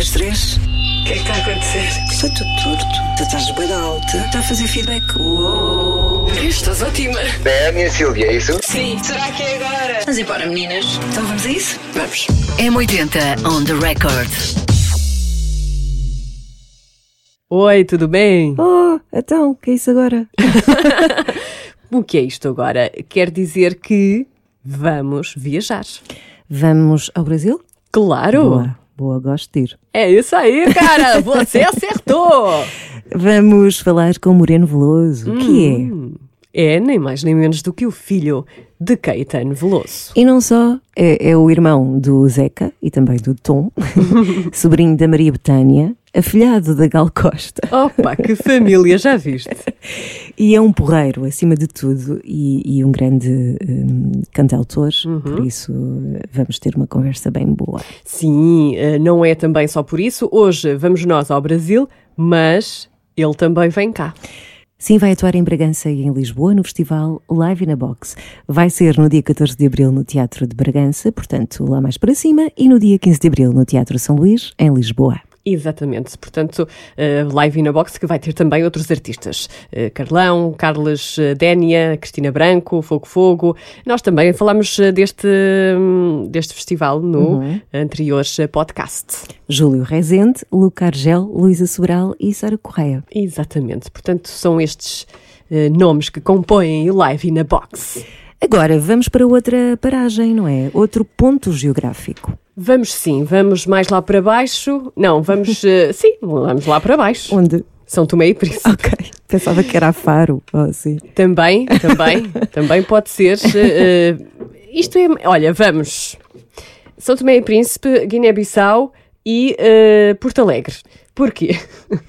das 3? O que é que está a acontecer? Está tudo torto. Tu estás bem alta. Está a fazer feedback. Uou. Estás ótima. É a minha Sílvia, é isso? Sim. Será que é agora? Vamos embora, meninas. Então vamos a isso? Vamos. M80 on the record. Oi, tudo bem? Oh, então, o que é isso agora? O que é isto agora? Quer dizer que vamos viajar. Vamos ao Brasil? Claro! Boa, gosto de ir. É isso aí, cara! Você acertou! Vamos falar com Moreno Veloso, que É nem mais nem menos do que o filho de Caetano Veloso. E não só, é o irmão do Zeca e também do Tom, sobrinho da Maria Bethânia, afilhado da Gal Costa. Opa, que família, já viste? E é um porreiro, acima de tudo, e um grande cantautor, por isso vamos ter uma conversa bem boa. Sim, não é também só por isso. Hoje vamos nós ao Brasil, mas ele também vem cá. Sim, vai atuar em Bragança e em Lisboa no festival Live in a Box. Vai ser no dia 14 de abril no Teatro de Bragança, portanto lá mais para cima, e no dia 15 de abril no Teatro São Luís, em Lisboa. Exatamente, portanto, Live in a Box, que vai ter também outros artistas. Carlão, Carlos Dénia, Cristina Branco, Fogo. Nós também falámos deste festival no anterior podcast. Júlio Rezende, Luca Argel, Luísa Sobral e Sara Correia. Exatamente, portanto, são estes nomes que compõem o Live in a Box. Agora, vamos para outra paragem, não é? Outro ponto geográfico. Vamos sim, vamos mais lá para baixo. Não, vamos, sim, vamos lá para baixo. Onde? São Tomé e Príncipe. Ok, pensava que era a Faro, assim. Também pode ser. Isto é, olha, vamos. São Tomé e Príncipe, Guiné-Bissau e Porto Alegre. Porquê?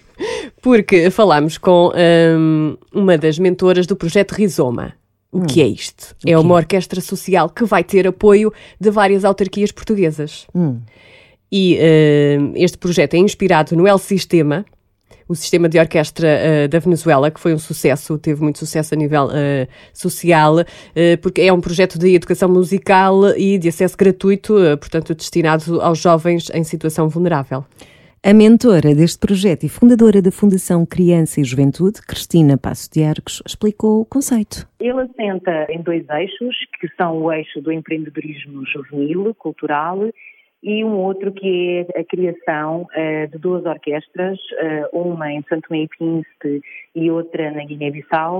Porque falámos com uma das mentoras do projeto Rizoma. O que é isto? É uma orquestra social que vai ter apoio de várias autarquias portuguesas. E este projeto é inspirado no El Sistema, o sistema de orquestra da Venezuela, que foi um sucesso, teve muito sucesso a nível social, porque é um projeto de educação musical e de acesso gratuito, portanto destinado aos jovens em situação vulnerável. A mentora deste projeto e fundadora da Fundação Criança e Juventude, Cristina Passos de Arcos, explicou o conceito. Ele assenta em dois eixos, que são o eixo do empreendedorismo juvenil, cultural, e um outro que é a criação de duas orquestras, uma em São Tomé e Príncipe e outra na Guiné-Bissau.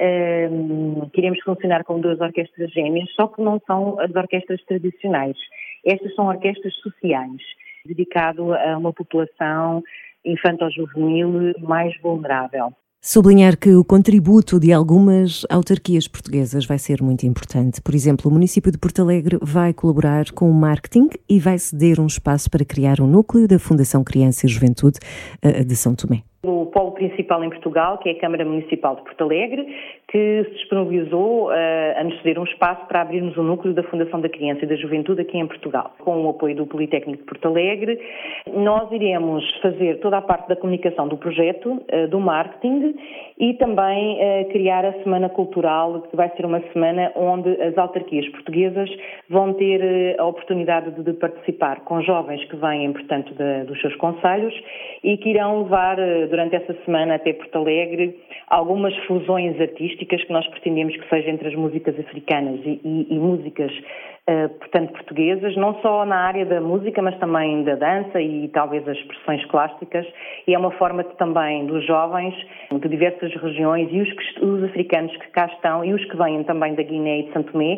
Queremos funcionar com duas orquestras gêmeas, só que não são as orquestras tradicionais. Estas são orquestras sociais, dedicado a uma população infanto-juvenil mais vulnerável. Sublinhar que o contributo de algumas autarquias portuguesas vai ser muito importante. Por exemplo, o município de Porto Alegre vai colaborar com o marketing e vai ceder um espaço para criar um núcleo da Fundação Criança e Juventude de São Tomé. O polo principal em Portugal, que é a Câmara Municipal de Porto Alegre, que se disponibilizou a nos ceder um espaço para abrirmos um núcleo da Fundação da Criança e da Juventude aqui em Portugal. Com o apoio do Politécnico de Porto Alegre, nós iremos fazer toda a parte da comunicação do projeto, do marketing e também criar a Semana Cultural, que vai ser uma semana onde as autarquias portuguesas vão ter a oportunidade de participar com jovens que vêm, portanto, dos seus concelhos e que irão levar durante essa semana até Porto Alegre algumas fusões artísticas que nós pretendemos que sejam entre as músicas africanas e músicas, portanto, portuguesas, não só na área da música, mas também da dança e talvez as expressões clássicas. E é uma forma também dos jovens de diversas regiões e os africanos que cá estão e os que vêm também da Guiné e de São Tomé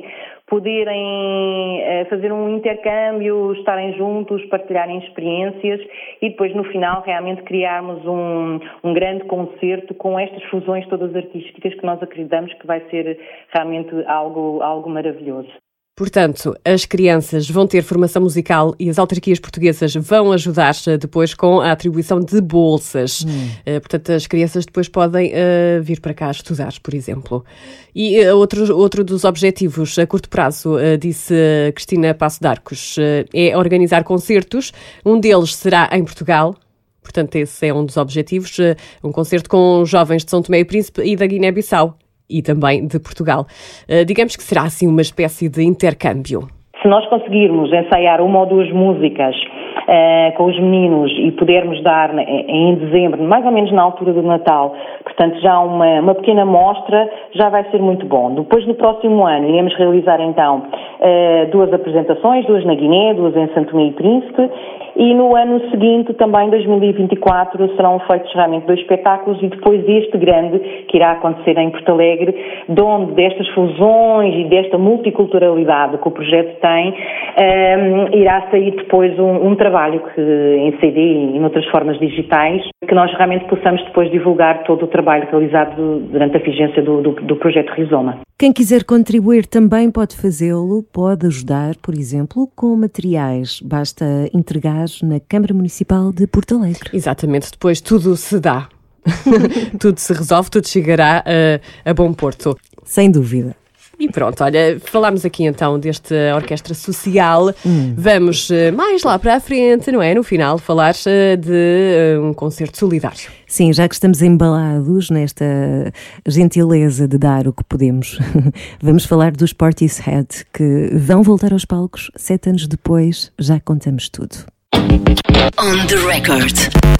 poderem fazer um intercâmbio, estarem juntos, partilharem experiências e depois no final realmente criarmos um grande concerto com estas fusões todas artísticas que nós acreditamos que vai ser realmente algo maravilhoso. Portanto, as crianças vão ter formação musical e as autarquias portuguesas vão ajudar depois com a atribuição de bolsas. Portanto, as crianças depois podem vir para cá estudar, por exemplo. E outro dos objetivos a curto prazo, disse Cristina Passos de Arcos, é organizar concertos. Um deles será em Portugal. Portanto, esse é um dos objetivos, um concerto com jovens de São Tomé e Príncipe e da Guiné-Bissau. E também de Portugal. Digamos que será assim uma espécie de intercâmbio. Se nós conseguirmos ensaiar uma ou duas músicas com os meninos e pudermos dar em dezembro, mais ou menos na altura do Natal, portanto já uma pequena mostra, já vai ser muito bom. Depois, no próximo ano, iremos realizar então 2 apresentações, 2 na Guiné, 2 em Santo Tomé e Príncipe, e no ano seguinte, também 2024, serão feitos realmente 2 espetáculos e depois este grande que irá acontecer em Porto Alegre, de onde destas fusões e desta multiculturalidade que o projeto tem, irá sair depois um trabalho que em CD e em outras formas digitais, que nós realmente possamos depois divulgar todo o trabalho realizado durante a vigência do projeto Rizoma. Quem quiser contribuir também pode fazê-lo, pode ajudar, por exemplo, com materiais. Basta entregar na Câmara Municipal de Porto Alegre. Exatamente, depois tudo se dá. Tudo se resolve, tudo chegará a bom porto. Sem dúvida. E pronto, olha, falámos aqui então desta orquestra social. Vamos mais lá para a frente, não é? No final, falar de um concerto solidário. Sim, já que estamos embalados nesta gentileza de dar o que podemos, vamos falar dos Portishead, que vão voltar aos palcos 7 anos depois. Já contamos tudo. On the record.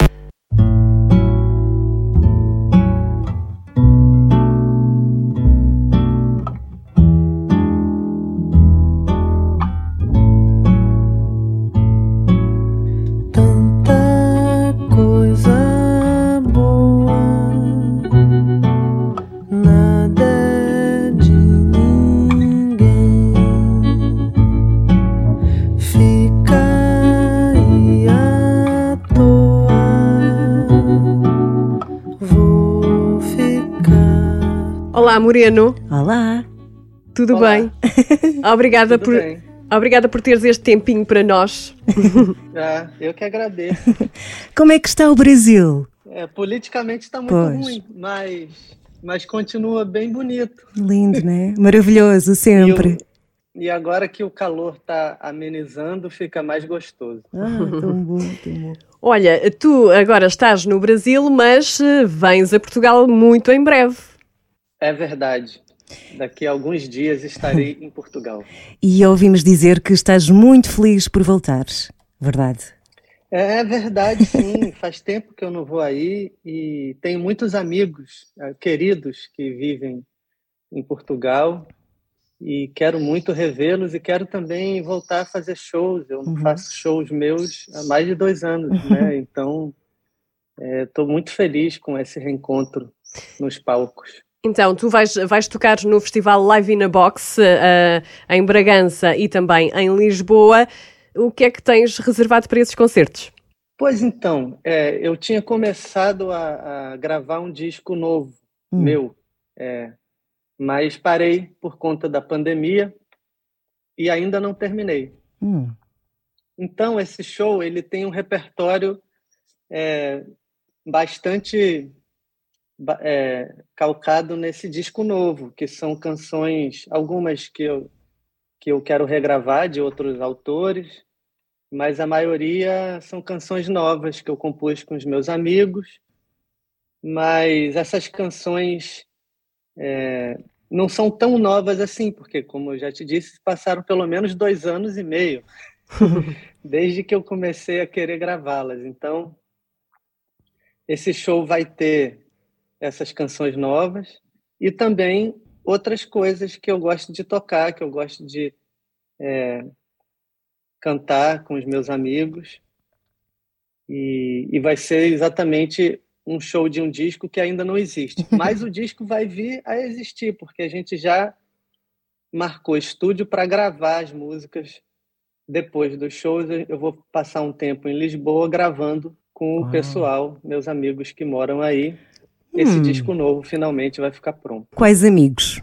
Olá, Moreno. Olá. Tudo Olá. bem? Obrigada Tudo bem. Obrigada por teres este tempinho para nós. Eu que agradeço. Como é que está o Brasil? Politicamente está muito Pois. ruim, mas continua bem bonito. Lindo, né? Maravilhoso, sempre. E agora que o calor está amenizando, fica mais gostoso. Tão bom, tão bom. Olha, tu agora estás no Brasil, mas vens a Portugal muito em breve. É verdade. Daqui a alguns dias estarei em Portugal. E ouvimos dizer que estás muito feliz por voltares, verdade? É verdade, sim. Faz tempo que eu não vou aí e tenho muitos amigos queridos que vivem em Portugal e quero muito revê-los e quero também voltar a fazer shows. Eu não faço shows meus há mais de 2 anos, né? Então, estou muito feliz com esse reencontro nos palcos. Então, tu vais tocar no festival Live in a Box em Bragança e também em Lisboa. O que é que tens reservado para esses concertos? Pois então, eu tinha começado a gravar um disco novo meu, mas parei por conta da pandemia e ainda não terminei. Então, esse show ele tem um repertório bastante calcado nesse disco novo, que são canções, algumas que eu quero regravar de outros autores, mas a maioria são canções novas que eu compus com os meus amigos, mas essas canções não são tão novas assim, porque, como eu já te disse, passaram pelo menos 2 anos e meio desde que eu comecei a querer gravá-las. Então, esse show vai ter essas canções novas e também outras coisas que eu gosto de tocar, que eu gosto de cantar com os meus amigos, e vai ser exatamente um show de um disco que ainda não existe, mas o disco vai vir a existir, porque a gente já marcou estúdio para gravar as músicas. Depois dos shows eu vou passar um tempo em Lisboa gravando com o pessoal, meus amigos que moram aí. Esse disco novo finalmente vai ficar pronto. Quais amigos?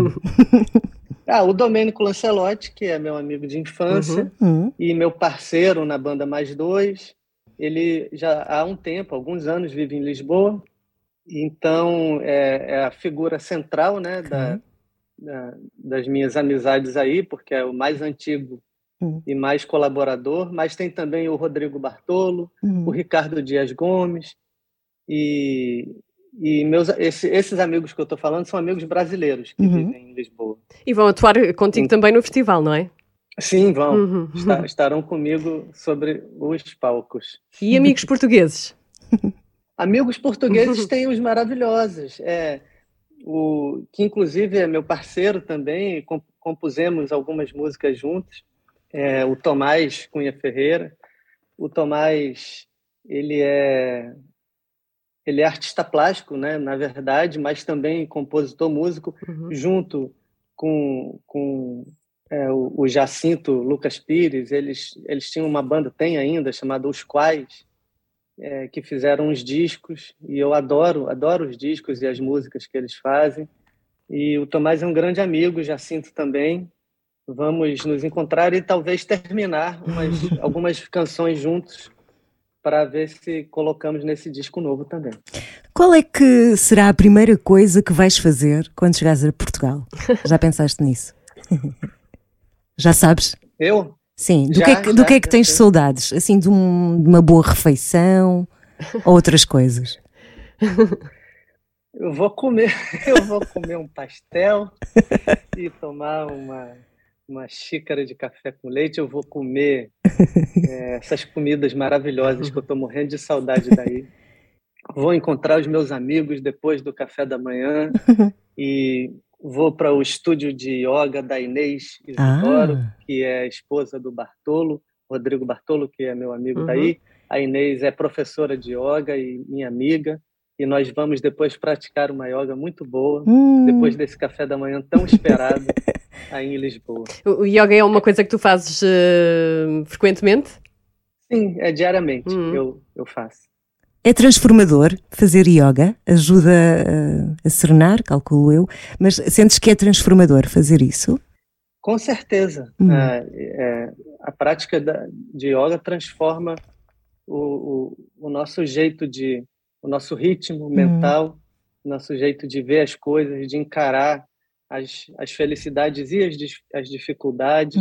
O Domênico Lancelotti, que é meu amigo de infância e meu parceiro na banda Mais Dois. Ele já há um tempo, alguns anos, vive em Lisboa. Então, é a figura central, né, das minhas amizades aí, porque é o mais antigo e mais colaborador. Mas tem também o Rodrigo Bartolo, o Ricardo Dias Gomes. E esses amigos que eu estou falando são amigos brasileiros que vivem em Lisboa. E vão atuar contigo também no festival, não é? Sim, vão. Estarão comigo sobre os palcos. E amigos portugueses? Amigos portugueses têm os maravilhosos. Que inclusive é meu parceiro também, compusemos algumas músicas juntos. O Tomás Cunha Ferreira. O Tomás, ele é artista plástico, né, na verdade, mas também compositor, músico, junto com o Jacinto Lucas Pires. Eles tinham uma banda, tem ainda, chamada Os Quais, que fizeram uns discos, e eu adoro os discos e as músicas que eles fazem. E o Tomás é um grande amigo, o Jacinto também. Vamos nos encontrar e talvez terminar algumas canções juntos para ver se colocamos nesse disco novo também. Qual é que será a primeira coisa que vais fazer quando chegares a Portugal? Já pensaste nisso? Já sabes? Eu? Sim. Do que é que tens saudades? Assim, de uma boa refeição ou outras coisas? Eu vou comer um pastel e tomar uma xícara de café com leite. Eu vou comer essas comidas maravilhosas que eu estou morrendo de saudade daí. Vou encontrar os meus amigos depois do café da manhã e vou para o estúdio de yoga da Inês Isidoro, que é a esposa do Bartolo, Rodrigo Bartolo, que é meu amigo daí. A Inês é professora de yoga e minha amiga, e nós vamos depois praticar uma yoga muito boa, depois desse café da manhã tão esperado aí em Lisboa. O yoga é uma coisa que tu fazes frequentemente? Sim, diariamente eu faço. É transformador fazer yoga? Ajuda a serenar, calculo eu, mas sentes que é transformador fazer isso? Com certeza. A prática de yoga transforma o nosso jeito o nosso ritmo mental, o nosso jeito de ver as coisas, de encarar as felicidades e as dificuldades.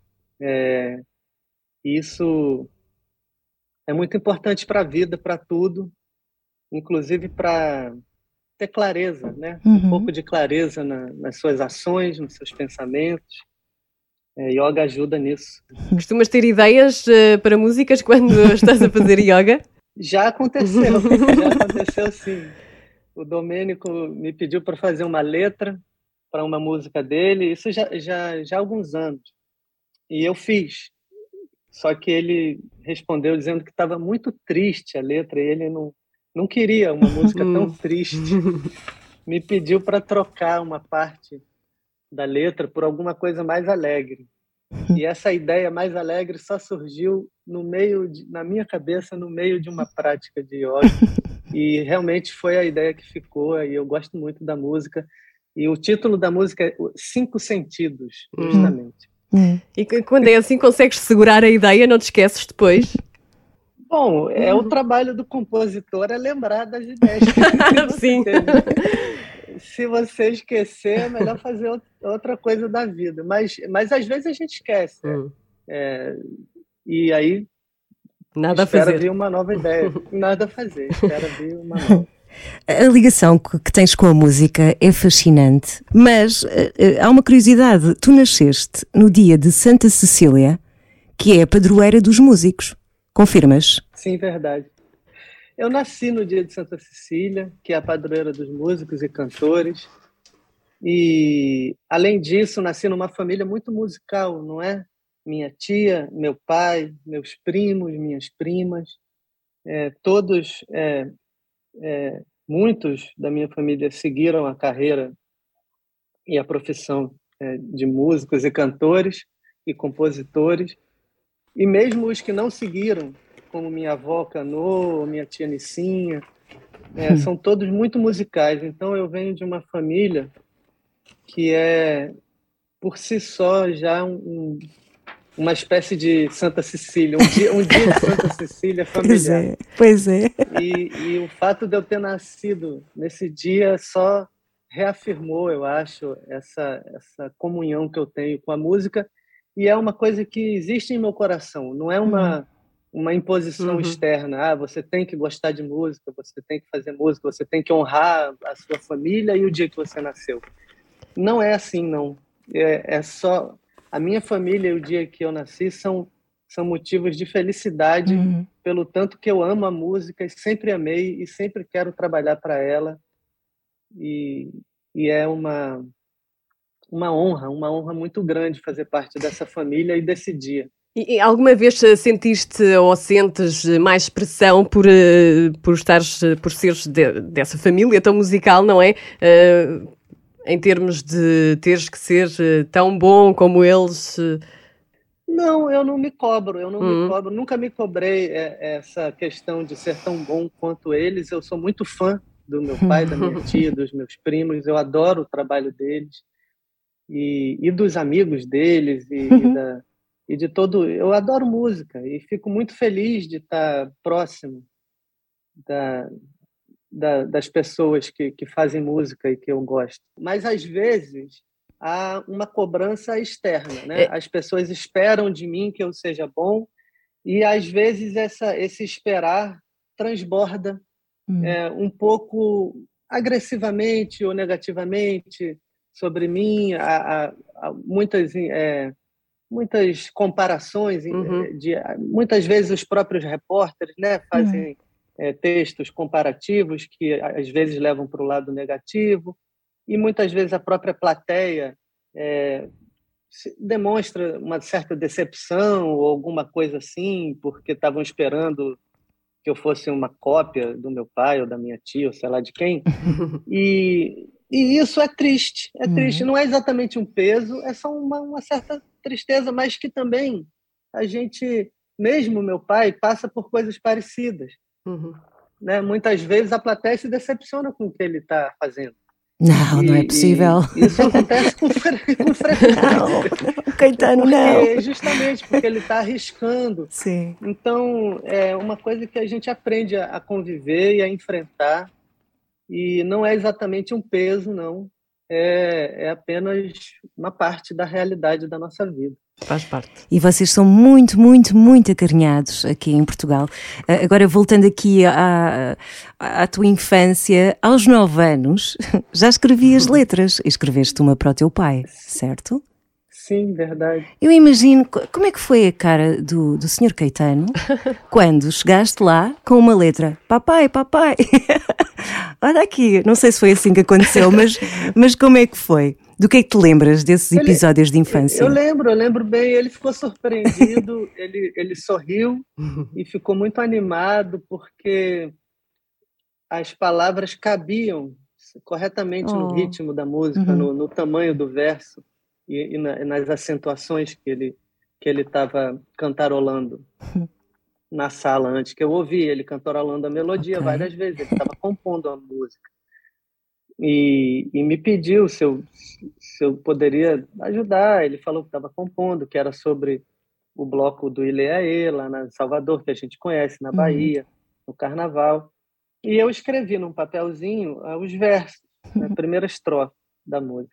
Isso é muito importante para a vida, para tudo, inclusive para ter clareza, né? Um pouco de clareza nas suas ações, nos seus pensamentos. Yoga ajuda nisso. Costumas ter ideias para músicas quando estás a fazer yoga? Já aconteceu sim. O Domênico me pediu para fazer uma letra para uma música dele, isso já há alguns anos. E eu fiz. Só que ele respondeu dizendo que estava muito triste a letra, e ele não queria uma música tão triste. Me pediu para trocar uma parte da letra por alguma coisa mais alegre. E essa ideia mais alegre só surgiu na minha cabeça, no meio de uma prática de yoga. E realmente foi a ideia que ficou, e eu gosto muito da música. E o título da música é Cinco Sentidos, justamente. E quando é assim, consegues segurar a ideia, não te esqueces depois? Bom, o trabalho do compositor é lembrar das ideias que você Sim. teve. Se você esquecer, é melhor fazer outra coisa da vida. Mas às vezes a gente esquece. E aí Nada espera a fazer. vir uma nova ideia. Nada a fazer, espera vir uma nova. A ligação que tens com a música é fascinante, mas há uma curiosidade. Tu nasceste no dia de Santa Cecília, que é a padroeira dos músicos. Confirmas? Sim, verdade. Eu nasci no dia de Santa Cecília, que é a padroeira dos músicos e cantores. E, além disso, nasci numa família muito musical, não é? Minha tia, meu pai, meus primos, minhas primas, todos... muitos da minha família seguiram a carreira e a profissão de músicos e cantores e compositores, e mesmo os que não seguiram, como minha avó Canô, minha tia Nicinha, são todos muito musicais. Então eu venho de uma família que é, por si só, já uma espécie de Santa Cecília, um dia de Santa Cecília familiar. Pois é. E o fato de eu ter nascido nesse dia só reafirmou, eu acho, essa comunhão que eu tenho com a música, e é uma coisa que existe em meu coração, não é uma imposição externa. Você tem que gostar de música, você tem que fazer música, você tem que honrar a sua família e o dia que você nasceu. Não é assim, não. É só a minha família e o dia que eu nasci são motivos de felicidade, pelo tanto que eu amo a música e sempre amei e sempre quero trabalhar para ela. E é uma honra muito grande fazer parte dessa família e desse dia. E alguma vez sentiste ou sentes mais pressão por seres dessa família tão musical, não é? Em termos de teres que ser tão bom como eles? Não, eu não me cobro, nunca me cobrei essa questão de ser tão bom quanto eles. Eu sou muito fã do meu pai, da minha tia, dos meus primos, eu adoro o trabalho deles e dos amigos deles e de todo. Eu adoro música e fico muito feliz de estar próximo das pessoas que fazem música e que eu gosto. Mas às vezes há uma cobrança externa, né? As pessoas esperam de mim que eu seja bom e às vezes esse esperar transborda um pouco agressivamente ou negativamente sobre mim. Há muitas comparações, muitas vezes os próprios repórteres, né, fazem textos comparativos que às vezes levam para o lado negativo e muitas vezes a própria plateia demonstra uma certa decepção ou alguma coisa assim, porque estavam esperando que eu fosse uma cópia do meu pai ou da minha tia, ou sei lá de quem. E isso é triste. Não é exatamente um peso, é só uma certa tristeza, mas que também a gente, mesmo meu pai, passa por coisas parecidas. Né? Muitas vezes a plateia se decepciona com o que ele está fazendo. Não é possível. Isso acontece com frequência. Não, Caetano, não. Justamente porque ele está arriscando. Sim. Então, é uma coisa que a gente aprende a conviver e a enfrentar. E não é exatamente um peso, não. É apenas uma parte da realidade da nossa vida. Faz parte. E vocês são muito, muito, muito acarinhados aqui em Portugal. Agora, voltando aqui à tua infância, aos 9 anos, já escrevias letras. Escreveste uma para o teu pai, certo? Sim, verdade. Eu imagino, como é que foi a cara do Sr. Caetano quando chegaste lá com uma letra? Papai, papai, olha aqui. Não sei se foi assim que aconteceu, mas como é que foi? Do que é que te lembras desses episódios de infância? Eu lembro bem. Ele ficou surpreendido, ele sorriu e ficou muito animado porque as palavras cabiam corretamente no ritmo da música, no tamanho do verso e nas acentuações que ele estava cantarolando na sala antes, que eu ouvi ele cantarolando a melodia várias vezes. Ele estava compondo a música. E me pediu se eu poderia ajudar. Ele falou que estava compondo, que era sobre o bloco do Ileaê, lá na Salvador, que a gente conhece, na Bahia, no Carnaval. E eu escrevi num papelzinho os versos, a primeira estrofe da música.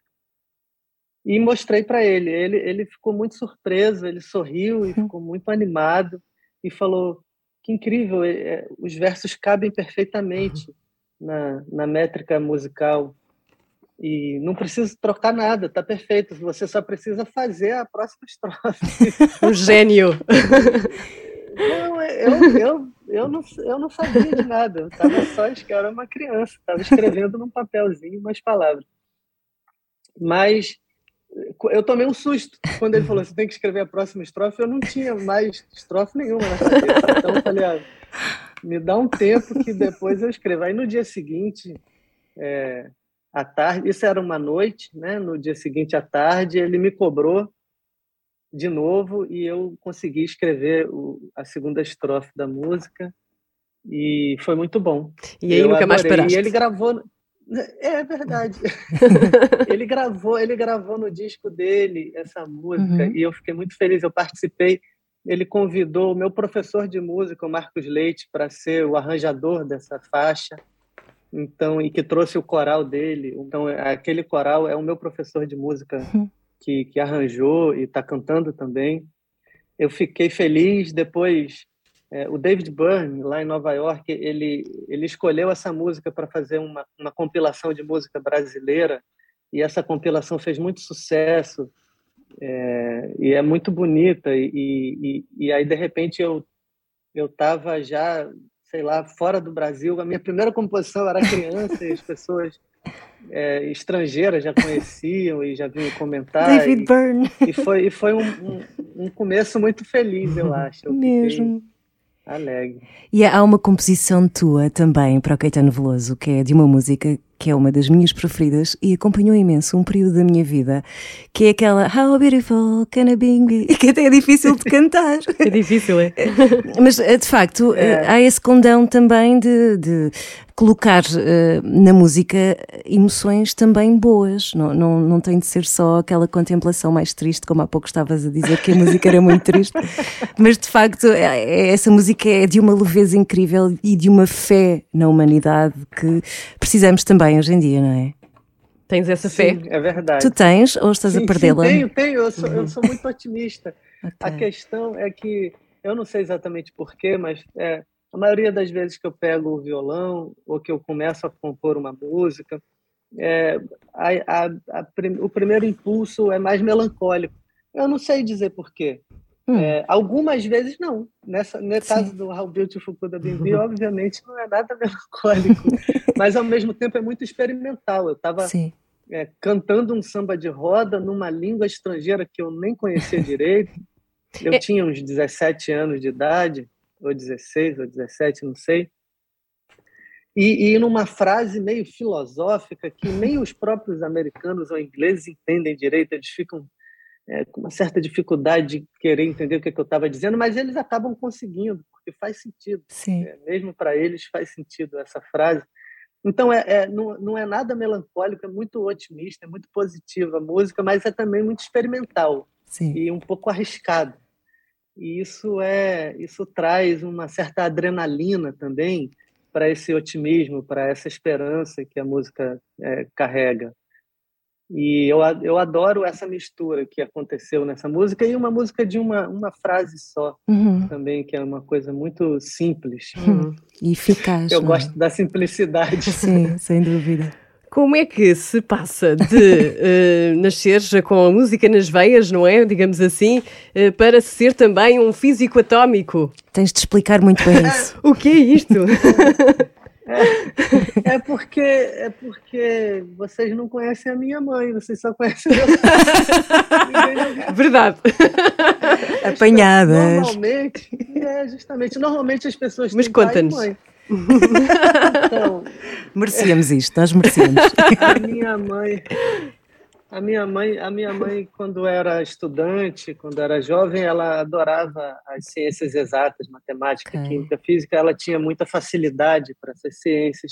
E mostrei para ele. Ele ficou muito surpreso, ele sorriu e ficou muito animado e falou que incrível, os versos cabem perfeitamente na métrica musical e não preciso trocar nada, tá perfeito, você só precisa fazer a próxima estrofe. Um gênio. Não, eu não sabia de nada, eu era uma criança, estava escrevendo num papelzinho umas palavras, mas eu tomei um susto quando ele falou, você tem que escrever a próxima estrofe. Eu não tinha mais estrofe nenhuma na cabeça, então eu falei, me dá um tempo que depois eu escrevo. Aí no dia seguinte, à tarde, isso era uma noite, né? No dia seguinte à tarde, ele me cobrou de novo e eu consegui escrever a segunda estrofe da música e foi muito bom. E aí nunca mais paraste. E ele gravou... É verdade. Ele gravou no disco dele essa música e eu fiquei muito feliz. Eu participei. Ele convidou o meu professor de música, o Marcos Leite, para ser o arranjador dessa faixa. Então, e que trouxe o coral dele. Então, aquele coral é o meu professor de música que arranjou e está cantando também. Eu fiquei feliz. Depois, o David Byrne, lá em Nova York, ele escolheu essa música para fazer uma compilação de música brasileira, e essa compilação fez muito sucesso E é muito bonita. E aí, de repente, eu estava já, sei lá, fora do Brasil. A minha primeira composição era criança e as pessoas estrangeiras já conheciam e já vinham comentar. David Byrne. E foi um começo muito feliz, eu acho. Eu Mesmo. Alegre. E há uma composição tua também para o Caetano Veloso, que é de uma música que é uma das minhas preferidas e acompanhou imenso um período da minha vida, que é aquela How Beautiful Can I Be, que até é difícil de cantar. É difícil, é? Mas, de facto, há esse condão também de colocar na música emoções também boas. Não tem de ser só aquela contemplação mais triste, como há pouco estavas a dizer que a música era muito triste. Mas, de facto, essa música é de uma leveza incrível e de uma fé na humanidade que precisamos também hoje em dia, não é? Tens essa fé? Sim, é verdade. Tu tens ou estás a perdê-la? Sim, tenho. Eu sou muito otimista. Okay. A questão é que, eu não sei exatamente porquê, mas a maioria das vezes que eu pego o violão ou que eu começo a compor uma música, o primeiro impulso é mais melancólico. Eu não sei dizer porquê. Algumas vezes não. No caso do How Beautiful Could Have Been, obviamente não é nada melancólico, mas ao mesmo tempo é muito experimental. Eu estava cantando um samba de roda numa língua estrangeira que eu nem conhecia direito. Eu tinha uns 17 anos de idade, ou 16, ou 17, não sei. E numa frase meio filosófica que nem os próprios americanos ou ingleses entendem direito, eles ficam com uma certa dificuldade de querer entender o que eu estava dizendo, mas eles acabam conseguindo, porque faz sentido. Mesmo para eles faz sentido essa frase. Então, não é nada melancólico, é muito otimista, é muito positiva a música, mas é também muito experimental e um pouco arriscado. E isso traz uma certa adrenalina também para esse otimismo, para essa esperança que a música carrega. E eu adoro essa mistura que aconteceu nessa música, e uma música de uma frase só também, que é uma coisa muito simples. E eficaz. Eu gosto da simplicidade. Sim, sem dúvida. Como é que se passa de nasceres com a música nas veias, não é? Digamos assim, para ser também um físico atómico? Tens de explicar muito bem isso. O que é isto? É porque vocês não conhecem a minha mãe, vocês só conhecem o meu pai. Verdade. Apanhadas. Normalmente as pessoas têm Mas conta-nos. pai e mãe. Então, merecíamos isto, nós merecíamos. A minha mãe, quando era estudante, quando era jovem, ela adorava as ciências exatas, matemática, química, física. Ela tinha muita facilidade para essas ciências.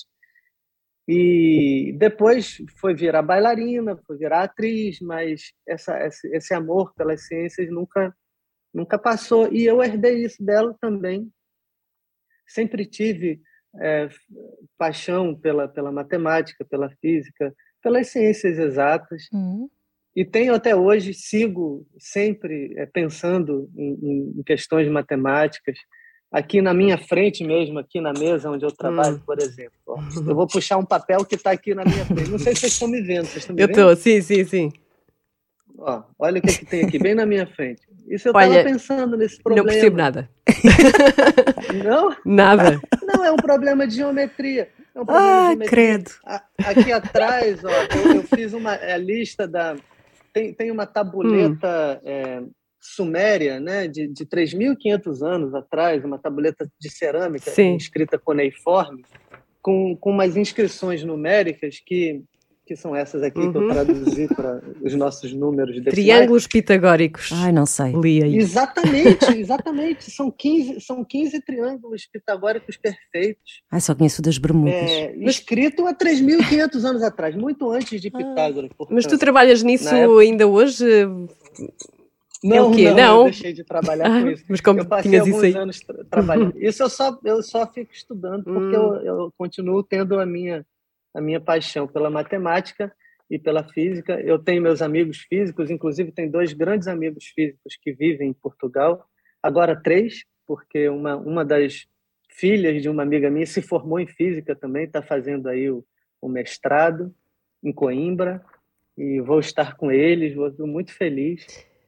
E depois foi virar bailarina, foi virar atriz, mas esse amor pelas ciências nunca passou. E eu herdei isso dela também. Sempre tive paixão pela matemática, pela física, pelas ciências exatas. E tenho até hoje, sigo sempre pensando em questões matemáticas. Aqui na minha frente mesmo, aqui na mesa onde eu trabalho, por exemplo. Ó, eu vou puxar um papel que está aqui na minha frente. Não sei se vocês estão me vendo. Vocês estão me vendo? Eu estou, sim. Ó, olha o que tem aqui, bem na minha frente. Isso eu estava pensando nesse problema. Não percebo nada. Não? Nada. Não, é um problema de geometria. É um problema de geometria. Credo. Aqui atrás, ó, eu fiz uma lista da... Tem uma tabuleta suméria, né, de 3.500 anos atrás, uma tabuleta de cerâmica escrita cuneiforme, com umas inscrições numéricas que são essas aqui que eu traduzi para os nossos números decimais. Triângulos pitagóricos. Ai, não sei. Li aí. Exatamente. São 15 triângulos pitagóricos perfeitos. Ai, só conheço das Bermudas. Escrito há 3.500 anos atrás, muito antes de Pitágoras. Mas tu trabalhas nisso ainda hoje? Não, eu deixei de trabalhar com isso. Mas como eu passei tinhas alguns isso aí? anos trabalhando. Isso eu só fico estudando porque eu continuo tendo a minha paixão pela matemática e pela física. Eu tenho meus amigos físicos, inclusive tenho 2 grandes amigos físicos que vivem em Portugal, agora 3, porque uma das filhas de uma amiga minha se formou em física também, está fazendo aí o mestrado em Coimbra, e vou estar com eles, estou muito feliz.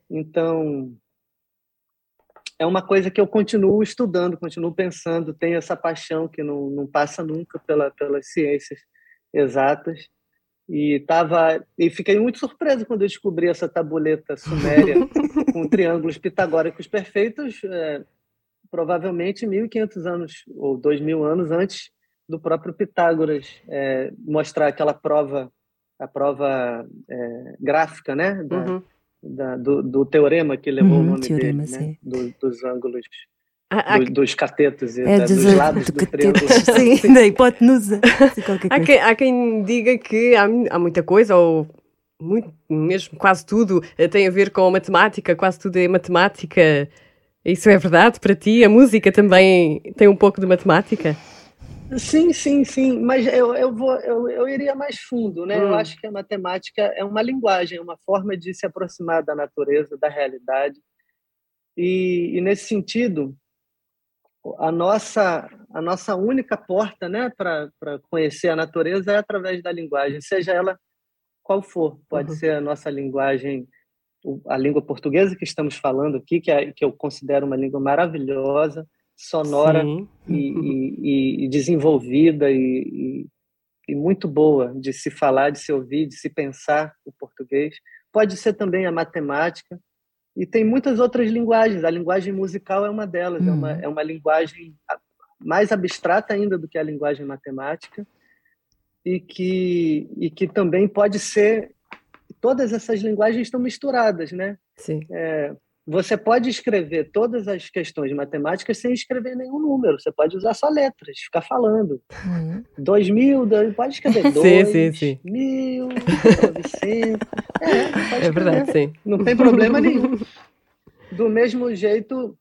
Então, é uma coisa que eu continuo estudando, continuo pensando, tenho essa paixão que não passa nunca pelas ciências exatas. E fiquei muito surpreso quando eu descobri essa tabuleta suméria com triângulos pitagóricos perfeitos, provavelmente 1.500 anos ou 2.000 anos antes do próprio Pitágoras mostrar aquela prova, a prova gráfica, né, do teorema que levou o nome teorema, dele, né, dos ângulos, dos catetos e dos lados do triângulo. Sim, da hipotenusa. Há quem diga que há muita coisa, ou mesmo quase tudo tem a ver com a matemática, quase tudo é matemática. Isso é verdade para ti? A música também tem um pouco de matemática? Sim, mas eu iria mais fundo, né? Eu acho que a matemática é uma linguagem, uma forma de se aproximar da natureza, da realidade. E nesse sentido, a nossa única porta, né, para conhecer a natureza é através da linguagem, seja ela qual for. Pode ser a nossa linguagem, a língua portuguesa que estamos falando aqui, que eu considero uma língua maravilhosa, sonora e desenvolvida e muito boa de se falar, de se ouvir, de se pensar o português. Pode ser também a matemática. E tem muitas outras linguagens. A linguagem musical é uma delas. É uma linguagem mais abstrata ainda do que a linguagem matemática e que também pode ser... Todas essas linguagens estão misturadas, né? Sim. Você pode escrever todas as questões matemáticas sem escrever nenhum número. Você pode usar só letras, ficar falando. 2.000, pode escrever 2.000, 900. É verdade, sim. Não tem problema nenhum. Do mesmo jeito,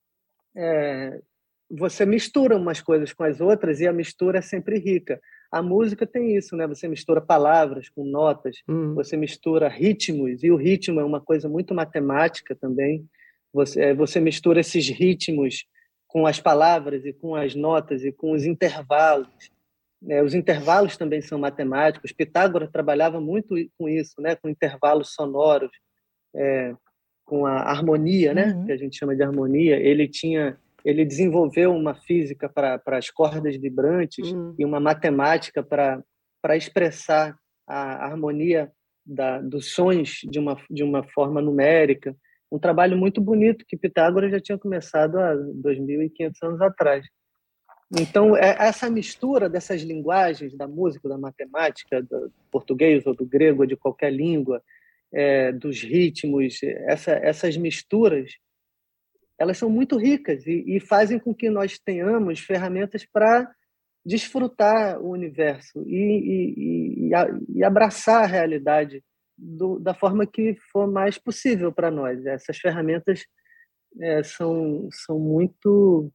você mistura umas coisas com as outras e a mistura é sempre rica. A música tem isso, né? Você mistura palavras com notas, você mistura ritmos, e o ritmo é uma coisa muito matemática também. Você mistura esses ritmos com as palavras e com as notas e com os intervalos. Os intervalos também são matemáticos. Pitágoras trabalhava muito com isso, né? Com intervalos sonoros, com a harmonia, né? Que a gente chama de harmonia. Ele desenvolveu uma física para as cordas vibrantes e uma matemática para expressar a harmonia dos sons de uma forma numérica. Um trabalho muito bonito que Pitágoras já tinha começado há 2.500 anos atrás. Então, essa mistura dessas linguagens, da música, da matemática, do português ou do grego ou de qualquer língua, dos ritmos, essas misturas, elas são muito ricas e fazem com que nós tenhamos ferramentas para desfrutar o universo e abraçar a realidade da forma que for mais possível para nós. Essas ferramentas são muito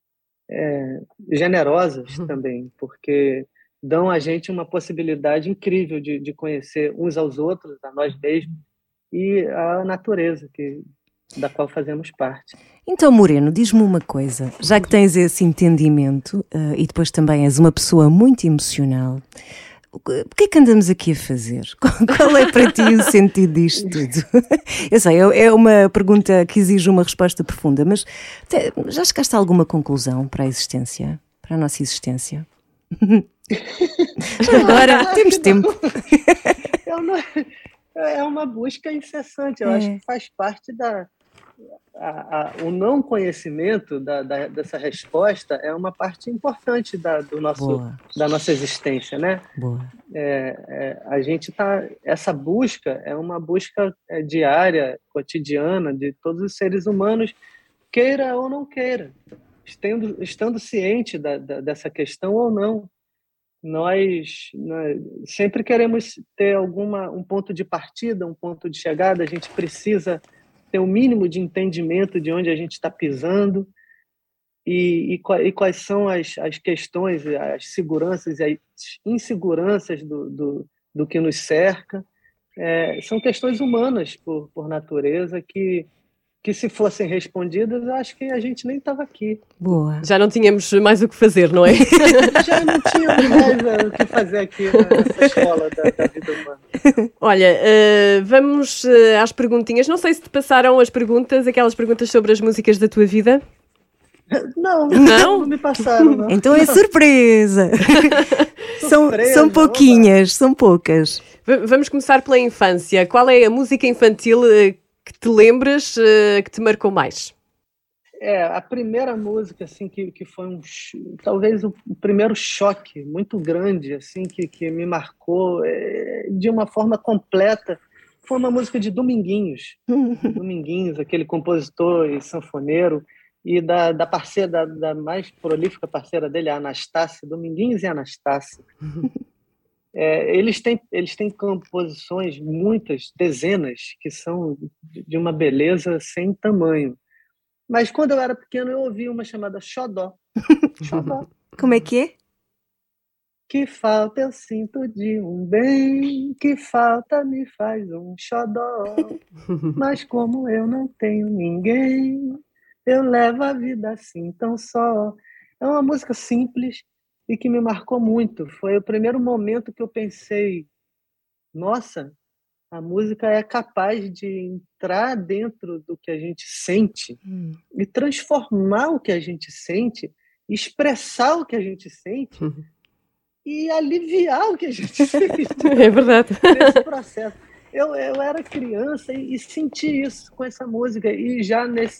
generosas também, porque dão a gente uma possibilidade incrível de conhecer uns aos outros, a nós mesmos e a natureza da qual fazemos parte. Então, Moreno, diz-me uma coisa, já que tens esse entendimento e depois também és uma pessoa muito emocional, o que é que andamos aqui a fazer? Qual é para ti o sentido disto tudo? Eu sei, é uma pergunta que exige uma resposta profunda, mas já chegaste a alguma conclusão para a existência, para a nossa existência? Agora temos tempo. É uma busca incessante, eu acho que faz parte o não conhecimento dessa resposta é uma parte importante da nossa existência, né? Boa. A gente essa busca é uma busca diária, cotidiana de todos os seres humanos, queira ou não queira, estando ciente dessa questão ou não. Nós sempre queremos ter um ponto de partida, um ponto de chegada. A gente precisa ter um mínimo de entendimento de onde a gente está pisando e quais são as questões, as seguranças e as inseguranças do que nos cerca. São questões humanas, por natureza, que se fossem respondidas, eu acho que a gente nem estava aqui. Boa. Já não tínhamos mais o que fazer, não é? Já não tínhamos mais o que fazer aqui nessa escola da vida humana. Olha, vamos às perguntinhas. Não sei se te passaram as perguntas, aquelas perguntas sobre as músicas da tua vida. Não me passaram, não. Então é surpresa. São pouquinhas, são poucas. Vamos começar pela infância. Qual é a música infantil que te lembras que te marcou mais? A primeira música, assim, que foi talvez o primeiro choque muito grande, assim, que me marcou de uma forma completa, foi uma música de Dominguinhos. Dominguinhos, aquele compositor e sanfoneiro, e da parceira, da mais prolífica parceira dele, a Anastácia, Dominguinhos e Anastácia. Eles têm composições, muitas, dezenas, que são de uma beleza sem tamanho. Mas quando eu era pequeno, eu ouvi uma chamada Xodó. Xodó. Como é que é? Que falta eu sinto de um bem, que falta me faz um xodó. Mas como eu não tenho ninguém, eu levo a vida assim tão só. É uma música simples e que me marcou muito. Foi o primeiro momento que eu pensei, nossa, a música é capaz de entrar dentro do que a gente sente e transformar o que a gente sente, expressar o que a gente sente e aliviar o que a gente sente. É verdade. Nesse processo. Eu era criança e senti isso com essa música e já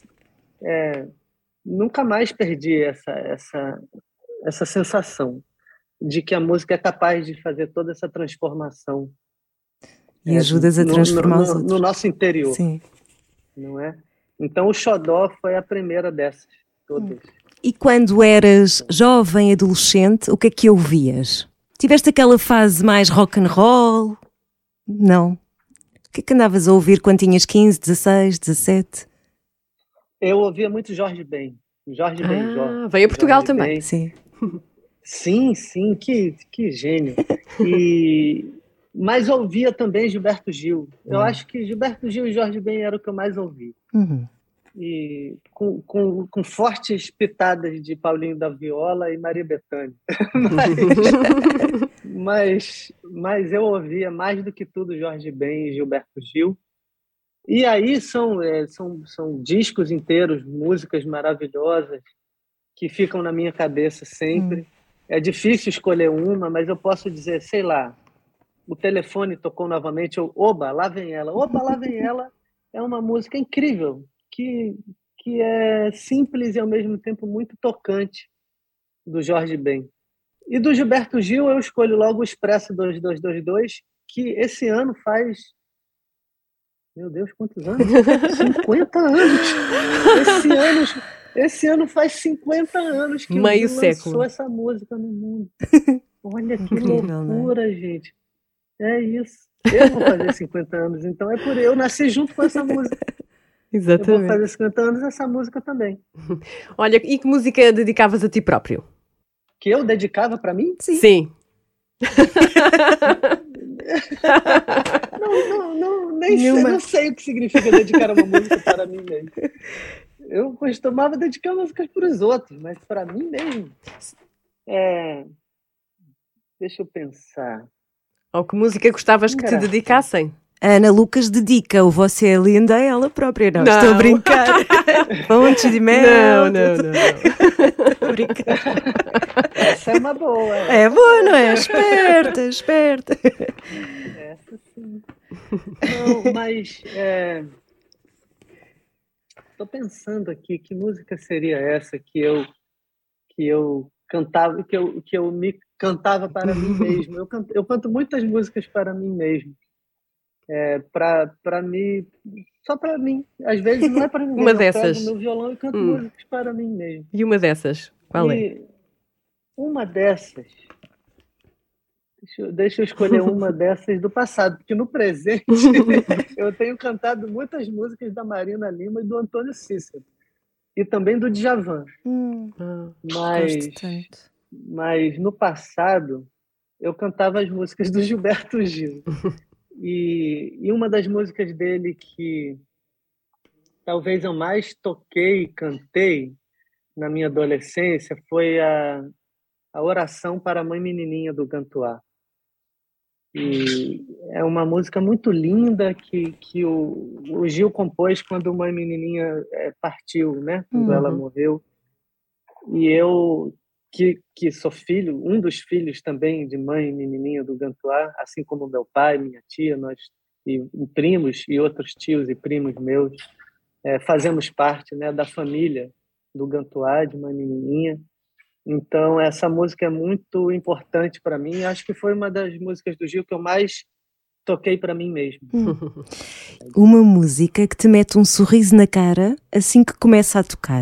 nunca mais perdi essa sensação de que a música é capaz de fazer toda essa transformação. E ajudas a transformar os outros. No nosso interior. Sim. Não é? Então o Xodó foi a primeira dessas todas. E quando eras jovem, adolescente, o que é que ouvias? Tiveste aquela fase mais rock and roll? Não. O que é que andavas a ouvir quando tinhas 15, 16, 17? Eu ouvia muito Jorge Ben. Jorge veio a Portugal Jorge também. Ben. Sim. Sim, que gênio. Mas ouvia também Gilberto Gil. Eu acho que Gilberto Gil e Jorge Ben era o que eu mais ouvi. E com fortes pitadas de Paulinho da Viola e Maria Bethânia. mas eu ouvia mais do que tudo Jorge Ben e Gilberto Gil. E aí são discos inteiros, músicas maravilhosas que ficam na minha cabeça sempre. É difícil escolher uma, mas eu posso dizer, sei lá, o telefone tocou novamente, oba, lá vem ela. Oba, lá vem ela. É uma música incrível, que é simples e ao mesmo tempo muito tocante, do Jorge Ben. E do Gilberto Gil eu escolho logo o Expresso 2222, que esse ano faz... Meu Deus, quantos anos? 50 anos! Esse ano faz 50 anos que meio o Gil lançou século. essa música no mundo. Olha que loucura, gente. É isso. Eu vou fazer 50 anos, então é por eu nasci junto com essa música. Exatamente. Eu vou fazer 50 anos essa música também. Olha, e que música dedicavas a ti próprio? Que eu dedicava para mim? Sim. Não sei o que significa dedicar uma música para mim mesmo. Eu costumava dedicar músicas para os outros, mas para mim mesmo. Deixa eu pensar. Ou que música gostavas que te dedicassem? A Ana Lucas dedica o Você é Linda a ela própria. Não. Estou a brincar. Fontes de mel. Não. Estou a brincar. Essa é uma boa. É boa, não é? Esperta. Essa sim. Não, mas... Estou pensando aqui, que música seria essa que eu cantava, que eu me cantava para mim mesmo. Eu canto muitas músicas para mim mesmo. Para mim, só para mim. Às vezes não é para ninguém. Uma eu dessas. pego meu violão e canto músicas para mim mesmo. E uma dessas? Qual é? Uma dessas... Deixa eu escolher uma dessas do passado, porque no presente eu tenho cantado muitas músicas da Marina Lima e do Antônio Cícero. E também do Djavan. Mas no passado eu cantava as músicas do Gilberto Gil. E uma das músicas dele que talvez eu mais toquei e cantei na minha adolescência foi a Oração para a Mãe Menininha do Gantuá. E é uma música muito linda que o Gil compôs quando uma menininha partiu, né? Quando ela morreu. E eu, que sou filho, um dos filhos também de mãe menininha do Gantuá, assim como meu pai, minha tia, nós e primos e outros tios e primos meus, fazemos parte, né, da família do Gantuá, de uma menininha. Então, essa música é muito importante para mim. Acho que foi uma das músicas do Gil que eu mais toquei para mim mesmo. Uma música que te mete um sorriso na cara assim que começa a tocar.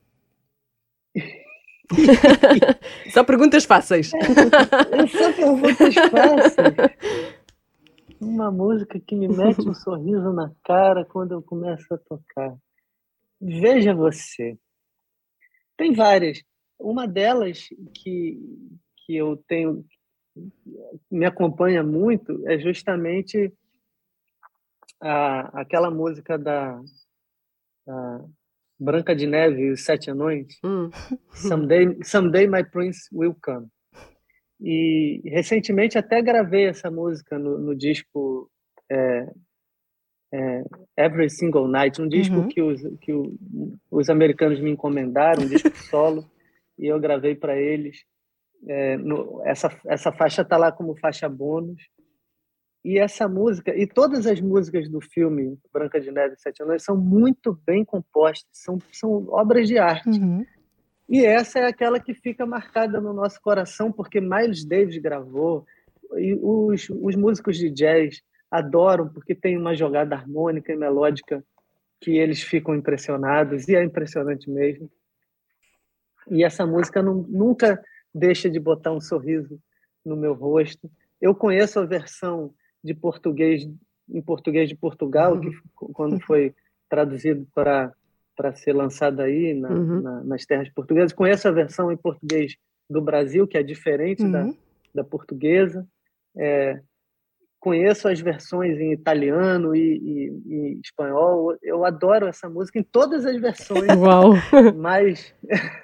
Só perguntas fáceis. Só perguntas fáceis. Uma música que me mete um sorriso na cara quando eu começo a tocar. Veja você. Tem várias. Uma delas que eu tenho, me acompanha muito, é justamente aquela música da Branca de Neve e os Sete Anões, Someday My Prince Will Come. E recentemente até gravei essa música no disco Every Single Night, um disco que os americanos me encomendaram, um disco solo, e eu gravei para eles. Essa faixa está lá como faixa bônus. E essa música, e todas as músicas do filme Branca de Neve e Sete Anões são muito bem compostas, são obras de arte. E essa é aquela que fica marcada no nosso coração, porque Miles Davis gravou, e os músicos de jazz adoram, porque tem uma jogada harmônica e melódica que eles ficam impressionados, e é impressionante mesmo. E essa música nunca deixa de botar um sorriso no meu rosto. Eu conheço a versão em português de Portugal, que quando foi traduzido para ser lançado aí nas terras portuguesas. Conheço a versão em português do Brasil, que é diferente da portuguesa. Conheço as versões em italiano e espanhol. Eu adoro essa música em todas as versões. Uau! Mas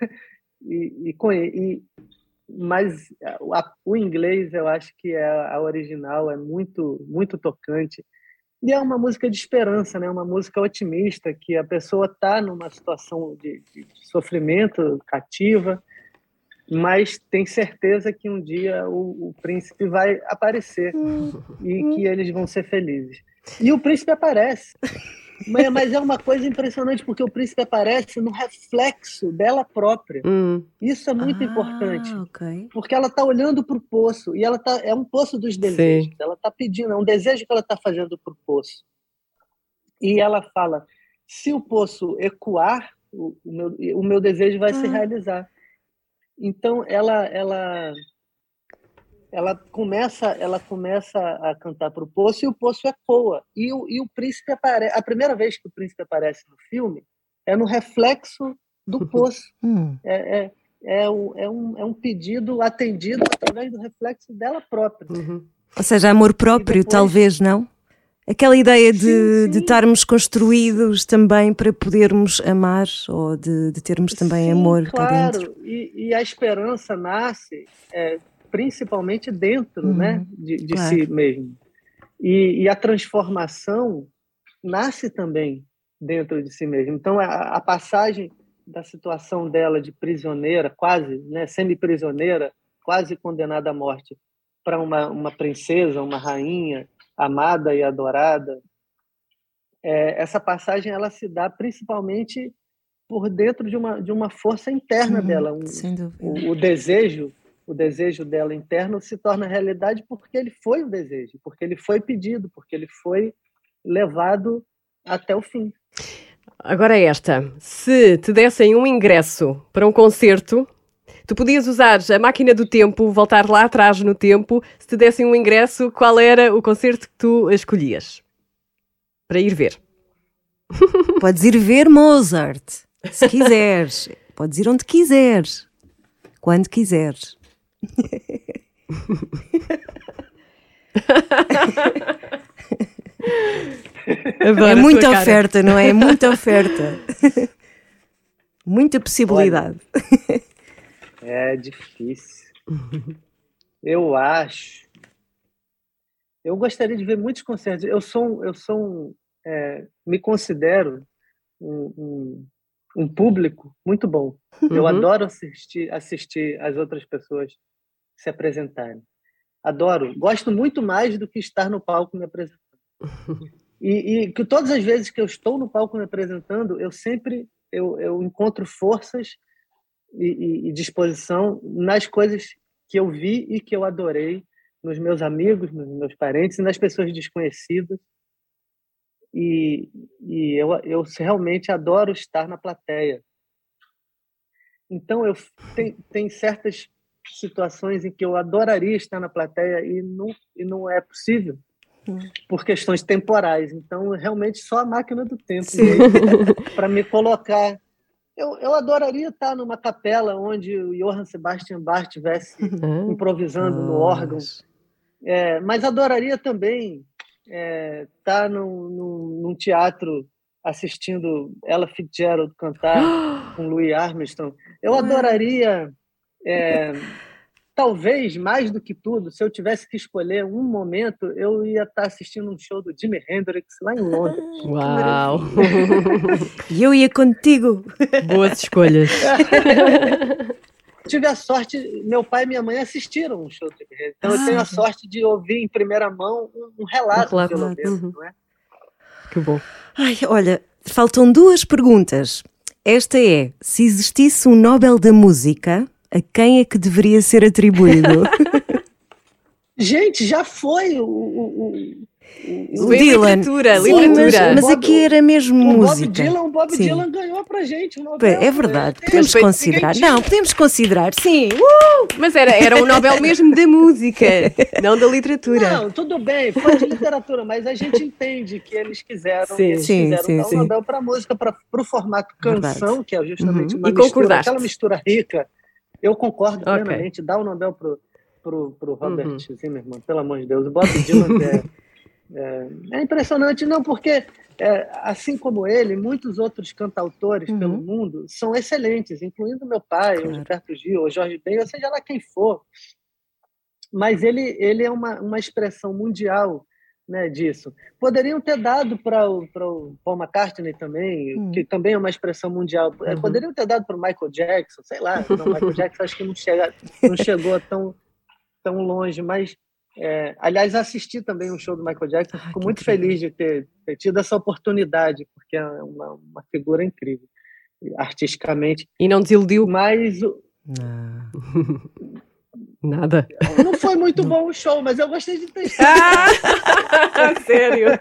mas o inglês, eu acho que a original é muito, muito tocante. E é uma música de esperança, né? Uma música otimista, que a pessoa está numa situação de sofrimento, cativa, mas tem certeza que um dia o príncipe vai aparecer e que eles vão ser felizes. E o príncipe aparece. Mas é uma coisa impressionante, porque o príncipe aparece no reflexo dela própria. Isso é muito importante. Okay. Porque ela está olhando para o poço, e é um poço dos desejos. Sim. Ela está pedindo, é um desejo que ela está fazendo para o poço. E ela fala, se o poço ecoar, o meu desejo vai se realizar. Então, ela começa a cantar para o poço, e o poço ecoa. E o príncipe aparece. A primeira vez que o príncipe aparece no filme é no reflexo do poço. É um pedido atendido através do reflexo dela própria. Ou seja, amor próprio, depois, talvez, não? Aquela ideia de estarmos construídos também para podermos amar, ou de termos também amor cá dentro. E a esperança nasce principalmente dentro, né, de claro, si mesmo. E a transformação nasce também dentro de si mesmo. Então, a passagem da situação dela de prisioneira, quase, né, semi-prisioneira, quase condenada à morte, para uma princesa, uma rainha amada e adorada, essa passagem ela se dá principalmente por dentro de uma força interna dela. Sem dúvida. O desejo dela interno se torna realidade porque ele foi o desejo, porque ele foi pedido, porque ele foi levado até o fim. Agora esta, se te dessem um ingresso para um concerto, tu podias usar a máquina do tempo, voltar lá atrás no tempo, se te dessem um ingresso, qual era o concerto que tu escolhias para ir ver? Podes ir ver Mozart, se quiseres. Podes ir onde quiseres, quando quiseres. É muita oferta, não é? É muita oferta. Muita possibilidade. Olha, é difícil. Eu acho Eu gostaria de ver muitos concertos. Me considero um público muito bom. Eu adoro assistir as outras pessoas se apresentarem. Adoro. Gosto muito mais do que estar no palco me apresentando. E que todas as vezes que eu estou no palco me apresentando, eu encontro forças e disposição nas coisas que eu vi e que eu adorei nos meus amigos, nos meus parentes e nas pessoas desconhecidas. E eu realmente adoro estar na plateia. Então, tem certas situações em que eu adoraria estar na plateia e não é possível por questões temporais. Então, realmente, só a máquina do tempo para me colocar. Eu adoraria estar numa capela onde o Johann Sebastian Bach estivesse improvisando no órgão. Mas adoraria também estar num teatro assistindo Ella Fitzgerald cantar com Louis Armstrong. Eu adoraria, talvez, mais do que tudo, se eu tivesse que escolher um momento, eu ia estar assistindo um show do Jimi Hendrix lá em Londres. Uau! E eu ia contigo. Boas escolhas. Tive a sorte, meu pai e minha mãe assistiram um show do Jimi Hendrix. Então eu tenho a sorte de ouvir em primeira mão um relato, pelo menos, não é? Que bom. Ai, olha, faltam 2 perguntas. Esta é, se existisse um Nobel da Música, a quem é que deveria ser atribuído? Gente, já foi o Dylan. Literatura. Mas aqui era mesmo música. O Bob Dylan ganhou pra gente um Nobel. É verdade, podemos considerar. Não, podemos considerar, sim. Mas era um Nobel mesmo da música, não da literatura. Não, tudo bem, foi de literatura, mas a gente entende que eles quiseram dar um Nobel pra música, pro formato canção, verdade. Que é justamente uma mistura, aquela mistura rica. Eu concordo plenamente, dá o Nobel pro Robert Zimmermann, pelo amor de Deus. O Bob Dylan é impressionante, não, porque assim como ele, muitos outros cantautores pelo mundo são excelentes, incluindo meu pai, o Gilberto Gil, o Jorge Ben, ou seja lá quem for. Mas ele é uma expressão mundial, né, disso. Poderiam ter dado para o Paul McCartney também, que também é uma expressão mundial. Poderiam ter dado para o Michael Jackson, sei lá. Não, Michael Jackson acho que não chegou tão longe, mas aliás, assisti também um show do Michael Jackson, fico muito feliz de ter tido essa oportunidade, porque é uma figura incrível, artisticamente. E não desiludiu? Mas... Nada. Não foi muito bom o show, mas eu gostei de ter. Sério?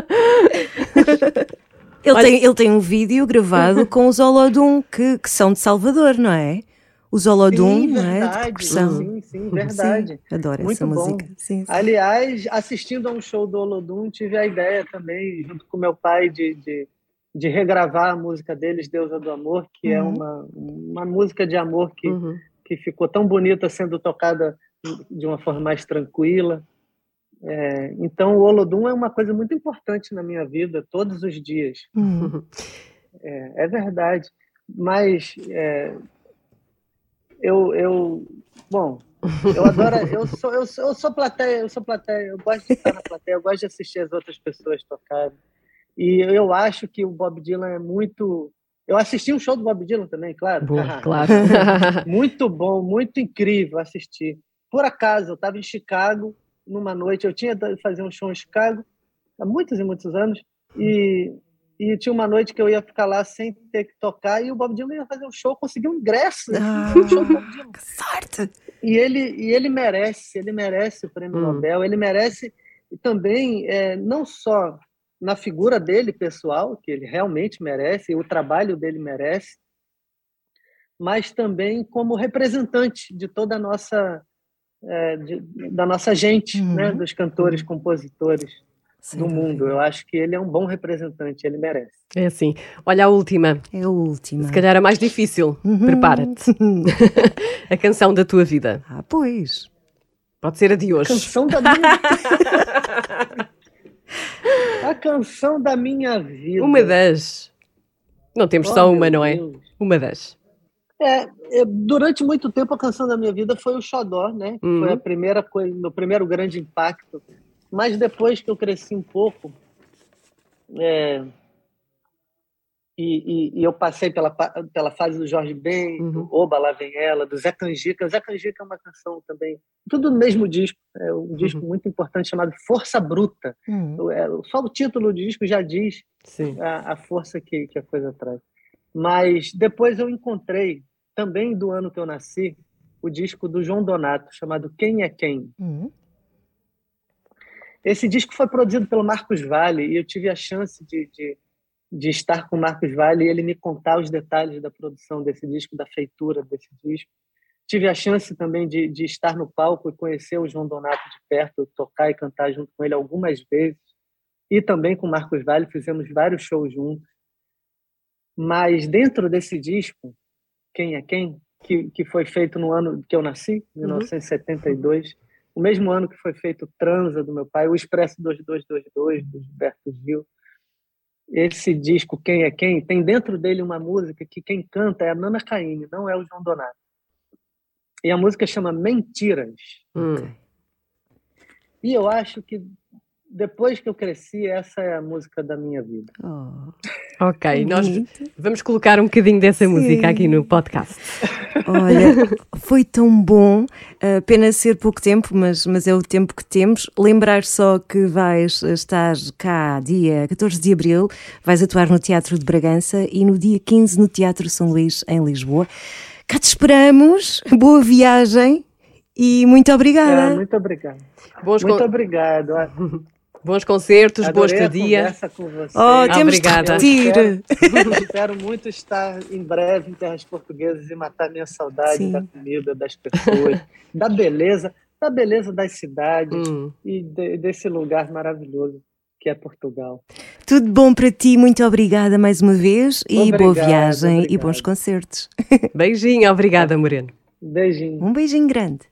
Ele tem um vídeo gravado com os Olodum, que são de Salvador, não é? Os Olodum, não é? De percussão. Sim, verdade. Sim, adoro muito essa bom. música. Sim. Aliás, assistindo a um show do Olodum, tive a ideia também, junto com meu pai, de regravar a música deles, Deusa do Amor, que é uma música de amor que ficou tão bonita sendo tocada de uma forma mais tranquila. Então, o Olodum é uma coisa muito importante na minha vida, todos os dias. É verdade. Mas... Eu adoro, eu sou plateia, eu gosto de estar na plateia, eu gosto de assistir as outras pessoas tocarem. E eu acho que o Bob Dylan é muito... Eu assisti um show do Bob Dylan também, claro. Boa, claro. Muito bom, muito incrível assistir. Por acaso, eu estava em Chicago, numa noite, eu tinha de fazer um show em Chicago, há muitos e muitos anos, e tinha uma noite que eu ia ficar lá sem ter que tocar, e o Bob Dylan ia fazer um show, conseguiu um ingresso. Um show do Bob Dylan. Que sorte! E ele merece o prêmio Nobel, ele merece também, não só na figura dele pessoal, que ele realmente merece, e o trabalho dele merece, mas também como representante de toda a nossa, da nossa gente, né, dos cantores, compositores do mundo. Eu acho que ele é um bom representante, ele merece. É assim. Olha a última. É a última. Se calhar a mais difícil. Prepara-te. A canção da tua vida. Pois. Pode ser a de hoje. Canção da minha... A canção da minha vida. Uma das. Não temos só uma, não é? Deus. Uma das. Durante muito tempo a canção da minha vida foi o Xodó, né? Foi a primeira coisa, meu primeiro grande impacto Mas depois que eu cresci um pouco, e eu passei pela fase do Jorge Ben, do Oba, Lá Vem Ela, do Zé Canjica. O Zé Canjica é uma canção também, tudo no mesmo disco, é um disco muito importante chamado Força Bruta. Só o título do disco já diz a força que a coisa traz. Mas depois eu encontrei, também do ano que eu nasci, o disco do João Donato, chamado Quem é Quem? Esse disco foi produzido pelo Marcos Valle e eu tive a chance de estar com o Marcos Valle e ele me contar os detalhes da produção desse disco, da feitura desse disco. Tive a chance também de estar no palco e conhecer o João Donato de perto, tocar e cantar junto com ele algumas vezes. E também com o Marcos Valle, fizemos vários shows juntos. Mas dentro desse disco, Quem é Quem? Que foi feito no ano que eu nasci, 1972, o mesmo ano que foi feito Transa, do meu pai, o Expresso 2222, do Gilberto Gil. Esse disco, Quem é Quem, tem dentro dele uma música que quem canta é a Nana Caymmi, não é o João Donato. E a música chama Mentiras. E eu acho que depois que eu cresci, essa é a música da minha vida. Ok, nós vamos colocar um bocadinho dessa música aqui no podcast. Olha, foi tão bom, pena ser pouco tempo, mas é o tempo que temos. Lembrar só que vais estar cá dia 14 de Abril, vais atuar no Teatro de Bragança e no dia 15 no Teatro São Luís, em Lisboa. Cá te esperamos, boa viagem e muito obrigada. Muito obrigado. Muito obrigado. Bons concertos, boa estadia. Temos de repetir. Espero muito estar em breve em terras portuguesas e matar minha saudade da comida, das pessoas, da beleza das cidades e desse lugar maravilhoso que é Portugal. Tudo bom para ti, muito obrigada mais uma vez e boa viagem e bons concertos. Beijinho, obrigada, Moreno. Beijinho. Um beijinho grande.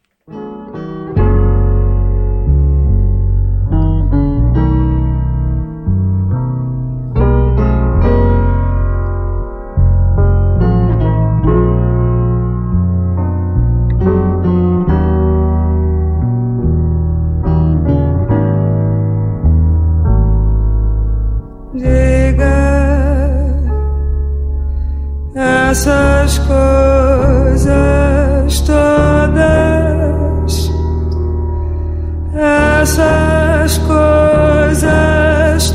Essas coisas todas, essas coisas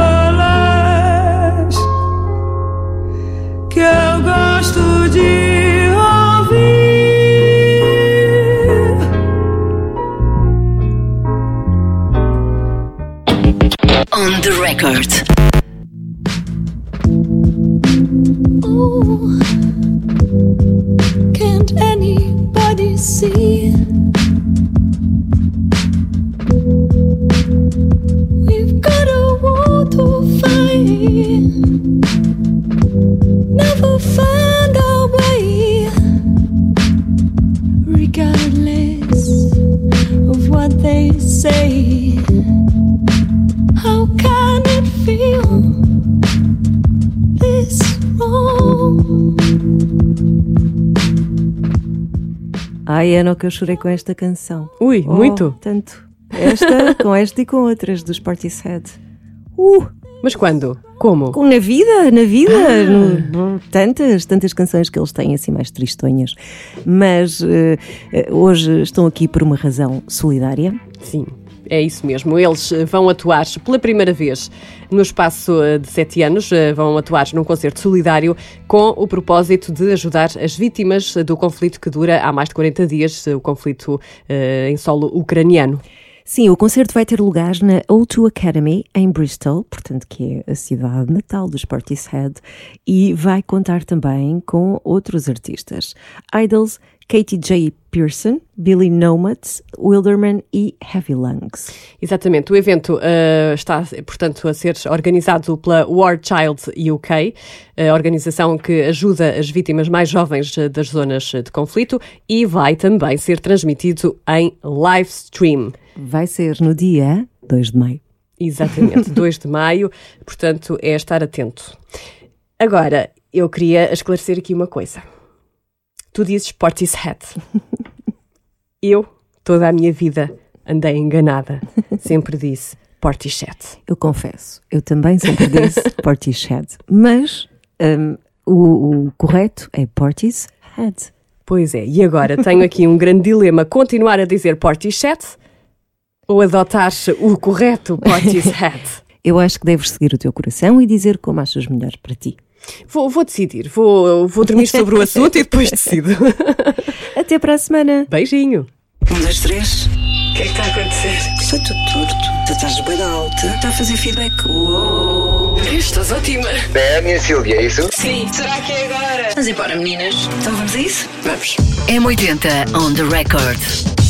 tolas que eu gosto de ouvir. On the record. Can't anybody see? We've got a war to fight. Never find our way, regardless of what they say. How can it feel this wrong? Ai, Ana, que eu chorei com esta canção. Ui, muito? Tanto. Com esta e com outras dos Portishead. Mas quando? Como? Na vida. Tantas canções que eles têm assim mais tristonhas. Mas hoje estão aqui por uma razão solidária. Sim. É isso mesmo, eles vão atuar pela primeira vez no espaço de 7 anos, vão atuar num concerto solidário com o propósito de ajudar as vítimas do conflito que dura há mais de 40 dias, o conflito em solo ucraniano. Sim, o concerto vai ter lugar na O2 Academy, em Bristol, portanto que é a cidade natal dos Portishead, e vai contar também com outros artistas. Idols, Katie J. Pearson, Billy Nomads, Wilderman e Heavy Lungs. Exatamente, o evento está, portanto, a ser organizado pela War Child UK, a organização que ajuda as vítimas mais jovens das zonas de conflito, e vai também ser transmitido em live stream. Vai ser no dia 2 de maio. Exatamente, 2 de maio, portanto é estar atento. Agora, eu queria esclarecer aqui uma coisa. Tu dizes Portishead. Eu, toda a minha vida, andei enganada. Sempre disse Portishead. Eu confesso, eu também sempre disse Portishead, mas o correto é Portishead. Pois é, e agora tenho aqui um grande dilema: continuar a dizer Portishead ou adotar o correto Portishead? Eu acho que deves seguir o teu coração e dizer como achas melhor para ti. Vou decidir, vou dormir sobre o assunto e depois decido. Até para a semana. Beijinho. 1, 2, 3. O que é que está a acontecer? Está tudo torto. Tu estás bem alta. Está a fazer feedback. Uou. Estás ótima. É a minha Silvia, é isso? Sim. Será que é agora? Vamos embora, meninas. Então vamos a isso? Vamos. M80 on the record.